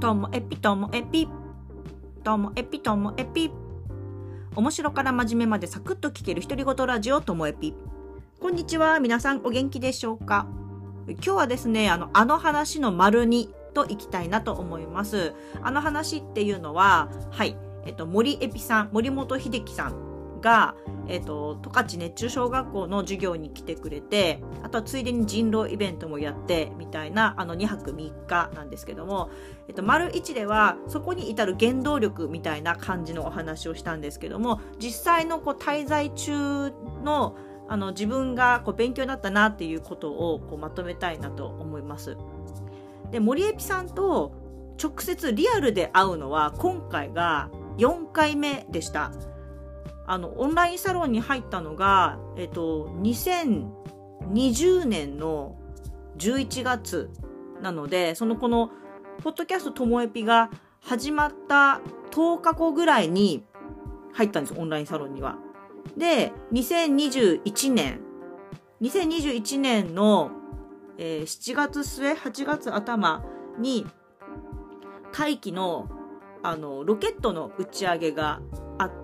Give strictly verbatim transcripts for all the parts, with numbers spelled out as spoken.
ともエピともエピともエピともエピ、面白から真面目までサクッと聞ける独り言ラジオともエピ。こんにちは、皆さんお元気でしょうか。今日はですね、あのあの話の丸にといきたいなと思います。あの話っていうのは、はい、えっと森エピさん、森本秀樹さんが、えっと十勝熱中小学校の授業に来てくれて、あとはついでに人狼イベントもやってみたいな、あのにはくみっかなんですけども、えっと丸いちではそこに至る原動力みたいな感じのお話をしたんですけども、実際のこう滞在中のあの自分がこう勉強になったなっていうことをこうまとめたいなと思います。で、森エピさんと直接リアルで会うのは今回がよんかいめでした。あのオンラインサロンに入ったのが、えっと、にせんにじゅうねんのじゅういちがつなので、そのこのポッドキャストともエピが始まったとおかごぐらいに入ったんですよ、オンラインサロンには。で、にせんにじゅういちねんにせんにじゅういちねんの、えー、しちがつすえはちがつあたまに大気のあのロケットの打ち上げがあって、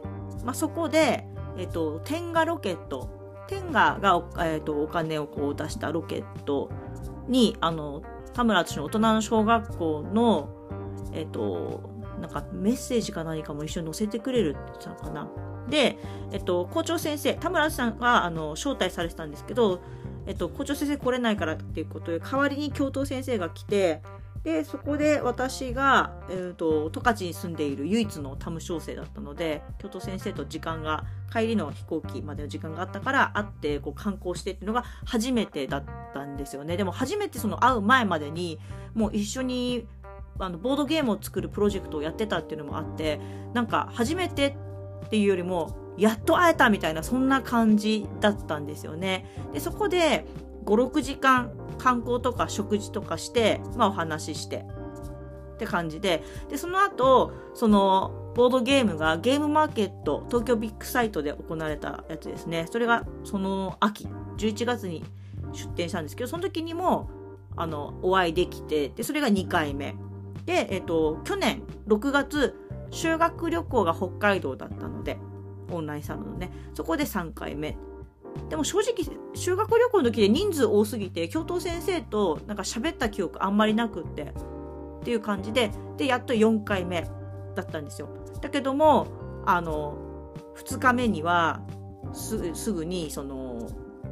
まあ、そこで、えっと、天下ロケット、天下が、えっと、お金をこう出したロケットに、あの、田村淳の大人の小学校の、えっと、なんかメッセージか何かも一緒に載せてくれるって言ってたのかな。で、えっと、校長先生、田村淳さんが、あの、招待されてたんですけど、えっと、校長先生来れないからっていうことで、代わりに教頭先生が来て、で、そこで私が、えーと、十勝に住んでいる唯一のタム小生だったので、教頭先生と時間が、帰りの飛行機までの時間があったから、会ってこう観光してっていうのが初めてだったんですよね。でも初めてその会う前までに、もう一緒にあのボードゲームを作るプロジェクトをやってたっていうのもあって、なんか初めてっていうよりも、やっと会えたみたいな、そんな感じだったんですよね。で、そこでご、ろくじかん、観光とか食事とかして、まあお話ししてって感じで、で、その後、そのボードゲームがゲームマーケット、東京ビッグサイトで行われたやつですね。それがその秋、じゅういちがつに出展したんですけど、その時にも、あの、お会いできて、で、それがにかいめ。で、えっと、去年ろくがつ、修学旅行が北海道だったので、オンラインサロンのね、そこでさんかいめ。でも正直修学旅行の時で人数多すぎて教頭先生となんか喋った記憶あんまりなくってっていう感じで、でやっとよんかいめだったんですよ。だけどもあのふつかめには す, すぐにその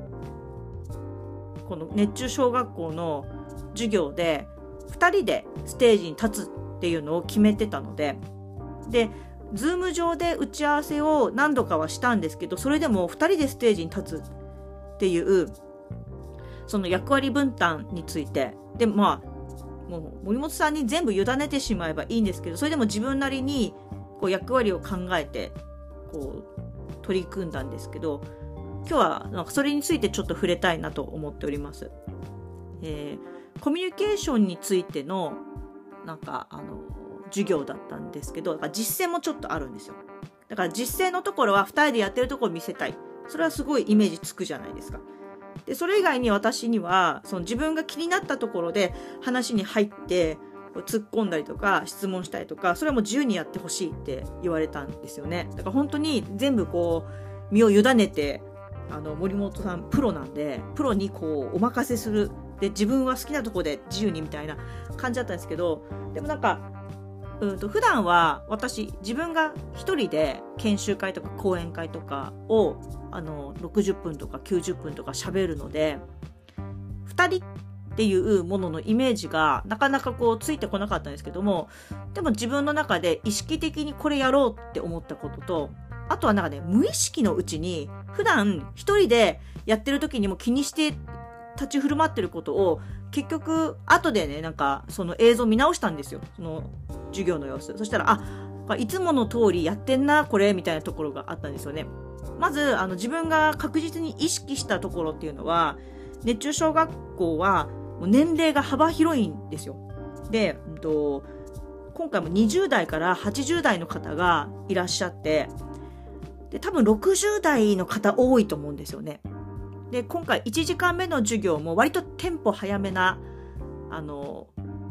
この熱中小学校の授業でふたりでステージに立つっていうのを決めてたので、でズーム上で打ち合わせを何度かはしたんですけど、それでもふたりでステージに立つっていうその役割分担についてで、まあもう森本さんに全部委ねてしまえばいいんですけど、それでも自分なりにこう役割を考えてこう取り組んだんですけど、今日はなんかそれについてちょっと触れたいなと思っております。えー、コミュニケーションについてのなんかあの授業だったんですけど、だから実践もちょっとあるんですよ。だから実践のところはふたりでやってるところを見せたい。それはすごいイメージつくじゃないですか。で、それ以外に私にはその自分が気になったところで話に入って突っ込んだりとか質問したりとか、それはもう自由にやってほしいって言われたんですよね。だから本当に全部こう身を委ねて、あの森本さんプロなんでプロにこうお任せする。で、自分は好きなところで自由にみたいな感じだったんですけど、でもなんかうんと普段は私自分が一人で研修会とか講演会とかをあのろくじゅっぷんとかきゅうじゅっぷんとか喋るので、ふたりっていうもののイメージがなかなかこうついてこなかったんですけども、でも自分の中で意識的にこれやろうって思ったことと、あとはなんかね、無意識のうちに普段一人でやってる時にも気にして立ち振る舞ってることを結局後でね、なんかその映像見直したんですよ、その授業の様子。そしたら、あ、いつもの通りやってんなこれみたいなところがあったんですよね。まずあの自分が確実に意識したところっていうのは、熱中小学校はもう年齢が幅広いんですよ。で、うんと、今回もにじゅうだいからはちじゅうだいの方がいらっしゃって、で多分ろくじゅうだいの方多いと思うんですよね。で、今回いちじかんめの授業も割とテンポ早めなあの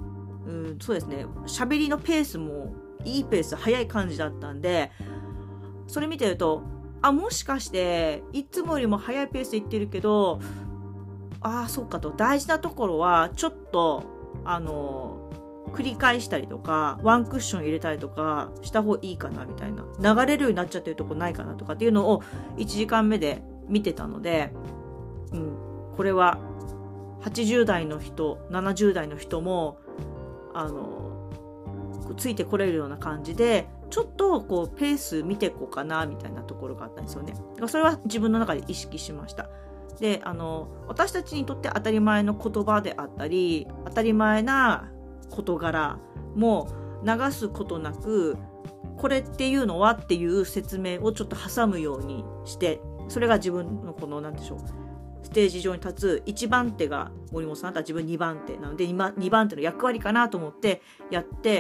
うん、そうですね、喋りのペースもいいペース、早い感じだったんで、それ見てると、あ、もしかしていつもよりも早いペースでいってるけど、ああそうかと、大事なところはちょっとあの繰り返したりとか、ワンクッション入れたりとかした方がいいかなみたいな、流れるようになっちゃってるとこないかなとかっていうのをいちじかんめで見てたので、うん、これははちじゅう代の人、ななじゅう代の人もあのついてこれるような感じで、ちょっとこうペース見ていこうかなみたいなところがあったんですよね。だからそれは自分の中で意識しました。で、あの私たちにとって当たり前の言葉であったり、当たり前な事柄も流すことなく、これっていうのはっていう説明をちょっと挟むようにして、それが自分のこのなんでしょう、ステージ上に立ついちばん手が森本さんだったら自分にばん手なので、にばん手の役割かなと思ってやって、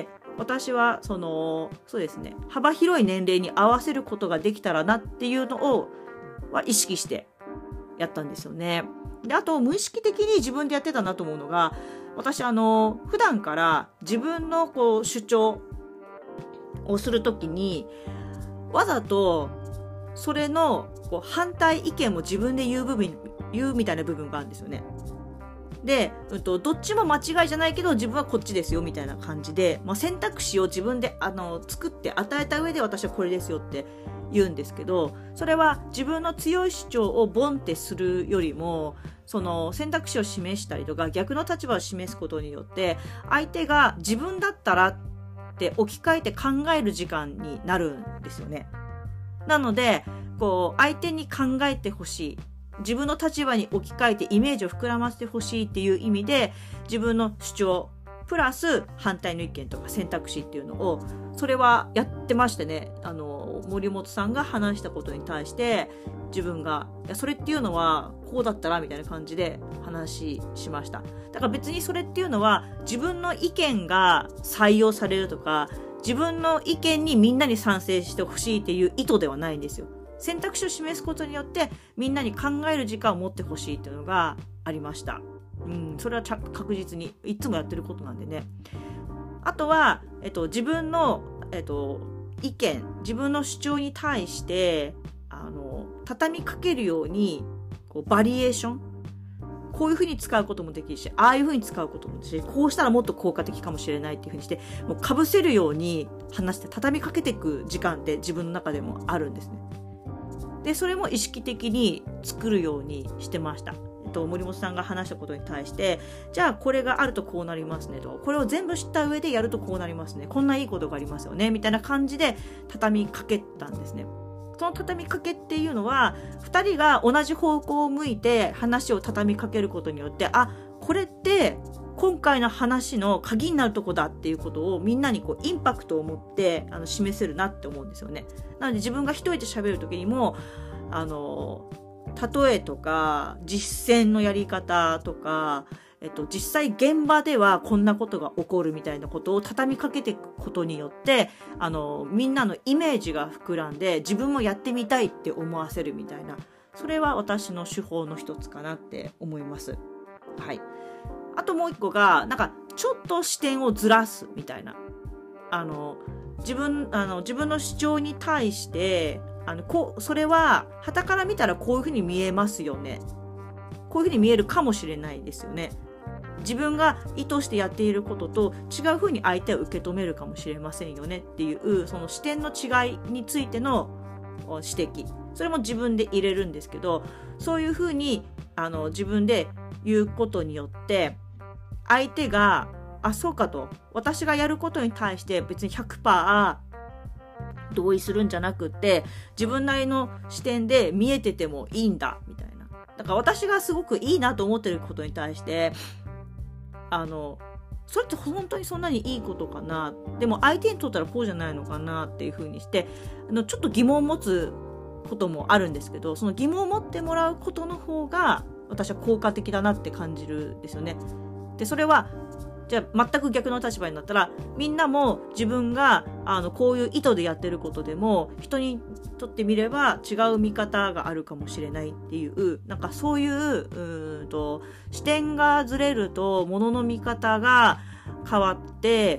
私はそのそうですね、幅広い年齢に合わせることができたらなっていうのをは意識してやったんですよね。で、あと無意識的に自分でやってたなと思うのが、私あの普段から自分のこう主張をするときにわざとそれのこう反対意見も自分で言う部分言うみたいな部分があるんですよね。で、うんと、どっちも間違いじゃないけど自分はこっちですよみたいな感じで、まあ、選択肢を自分であの作って与えた上で私はこれですよって言うんですけど、それは自分の強い主張をボンってするよりも、その選択肢を示したりとか逆の立場を示すことによって相手が自分だったらって置き換えて考える時間になるんですよね。なのでこう相手に考えてほしい、自分の立場に置き換えてイメージを膨らませてほしいっていう意味で、自分の主張プラス反対の意見とか選択肢っていうのを、それはやってましてね、あの森本さんが話したことに対して自分がいやそれっていうのはこうだったらみたいな感じで話しました。だから別にそれっていうのは自分の意見が採用されるとか、自分の意見にみんなに賛成してほしいっていう意図ではないんですよ。選択肢を示すことによってみんなに考える時間を持ってほしいっていうのがありました。うん、それは確実にいつもやってることなんでね。あとは、えっと、自分の、えっと、意見、自分の主張に対してあの畳みかけるようにこうバリエーション、こういう風に使うこともできるし、ああいう風に使うこともできるし、こうしたらもっと効果的かもしれないっていう風にして、もう被せるように話して畳みかけていく時間って自分の中でもあるんですね。で、それも意識的に作るようにしてました。えっと、森本さんが話したことに対して、じゃあこれがあるとこうなりますねと、これを全部知った上でやるとこうなりますね、こんないいことがありますよねみたいな感じで畳みかけたんですね。その畳みかけっていうのはふたりが同じ方向を向いて話を畳みかけることによって、あ、これって今回の話の鍵になるとこだっていうことをみんなにこうインパクトを持ってあの示せるなって思うんですよね。なので自分が一人で喋る時にもあの例えとか実践のやり方とか、えっと、実際現場ではこんなことが起こるみたいなことを畳みかけていくことによってあのみんなのイメージが膨らんで自分もやってみたいって思わせるみたいな、それは私の手法の一つかなって思います。はい。あともう一個がなんかちょっと視点をずらすみたいな、あの自分あの自分の主張に対してあのこうそれは傍から見たらこういうふうに見えますよね、こういうふうに見えるかもしれないですよね、自分が意図してやっていることと違うふうに相手を受け止めるかもしれませんよねっていうその視点の違いについての指摘、それも自分で入れるんですけど、そういうふうにあの自分で言うことによって相手があそうかと、私がやることに対して別に ひゃくパーセント 同意するんじゃなくって自分なりの視点で見えててもいいんだみたいな、だから私がすごくいいなと思ってることに対してあのそれって本当にそんなにいいことかな、でも相手にとったらこうじゃないのかなっていう風にしてあのちょっと疑問を持つこともあるんですけど、その疑問を持ってもらうことの方が私は効果的だなって感じるんですよね。でそれはじゃあ全く逆の立場になったら、みんなも自分があのこういう意図でやってることでも人にとってみれば違う見方があるかもしれないっていう、なんかそういう、うーんと視点がずれると物の見方が変わって、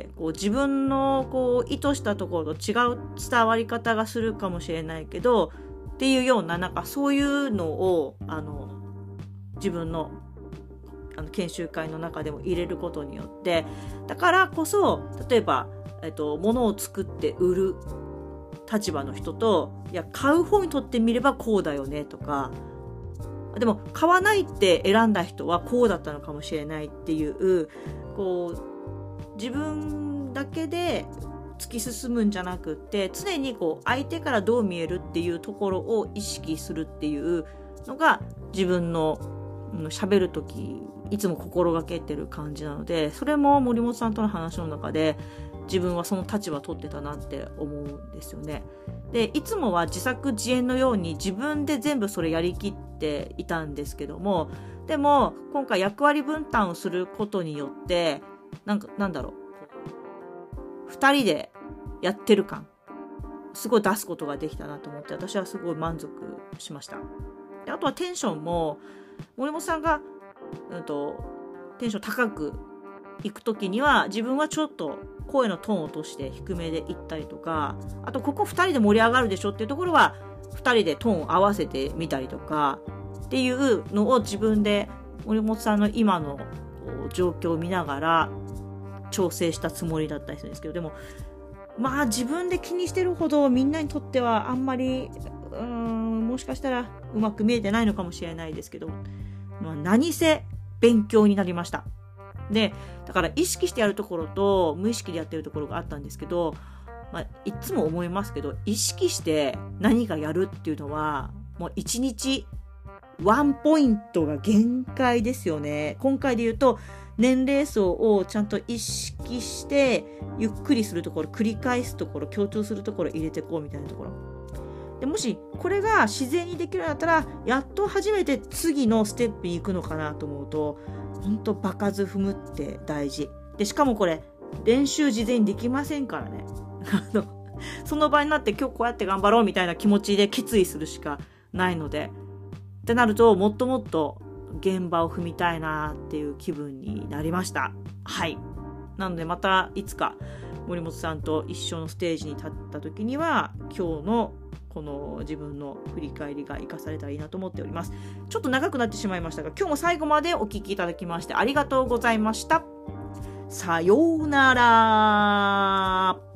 こう自分のこう意図したところと違う伝わり方がするかもしれないけどっていうような、なんかそういうのをあの自分のあの研修会の中でも入れることによって、だからこそ例えば、えっと、物を作って売る立場の人と、いや買う方にとってみればこうだよねとか、でも買わないって選んだ人はこうだったのかもしれないっていう、こう自分だけで突き進むんじゃなくって、常にこう相手からどう見えるっていうところを意識するっていうのが自分の喋るときいつも心がけてる感じなので、それも森本さんとの話の中で自分はその立場を取ってたなって思うんですよね。で、いつもは自作自演のように自分で全部それやりきっていたんですけども、でも今回役割分担をすることによってなんかなんだろう二人でやってる感すごい出すことができたなと思って、私はすごい満足しました。で、あとはテンションも森本さんが、うんと、テンション高くいくときには自分はちょっと声のトーンを落として低めでいったりとか、あとここふたりで盛り上がるでしょっていうところはふたりでトーンを合わせてみたりとかっていうのを自分で森本さんの今の状況を見ながら調整したつもりだったりするんですけど、でもまあ自分で気にしてるほどみんなにとってはあんまりうーんもしかしたらうまく見えてないのかもしれないですけど、まあ、何せ勉強になりました。で、だから意識してやるところと無意識でやってるところがあったんですけど、まあ、いつも思いますけど、意識して何かやるっていうのはもう一日ワンポイントが限界ですよね。今回で言うと年齢層をちゃんと意識してゆっくりするところ、繰り返すところ、強調するところ入れていこうみたいなところで、もしこれが自然にできるようになったらやっと初めて次のステップに行くのかなと思うと、本当場数踏むって大事で、しかもこれ練習事前にできませんからねあのその場になって今日こうやって頑張ろうみたいな気持ちで決意するしかないので、ってなるともっともっと現場を踏みたいなっていう気分になりました。はい。なのでまたいつか森本さんと一緒のステージに立った時には今日のこの自分の振り返りが生かされたらいいなと思っております。ちょっと長くなってしまいましたが、今日も最後までお聞きいただきましてありがとうございました。さようなら。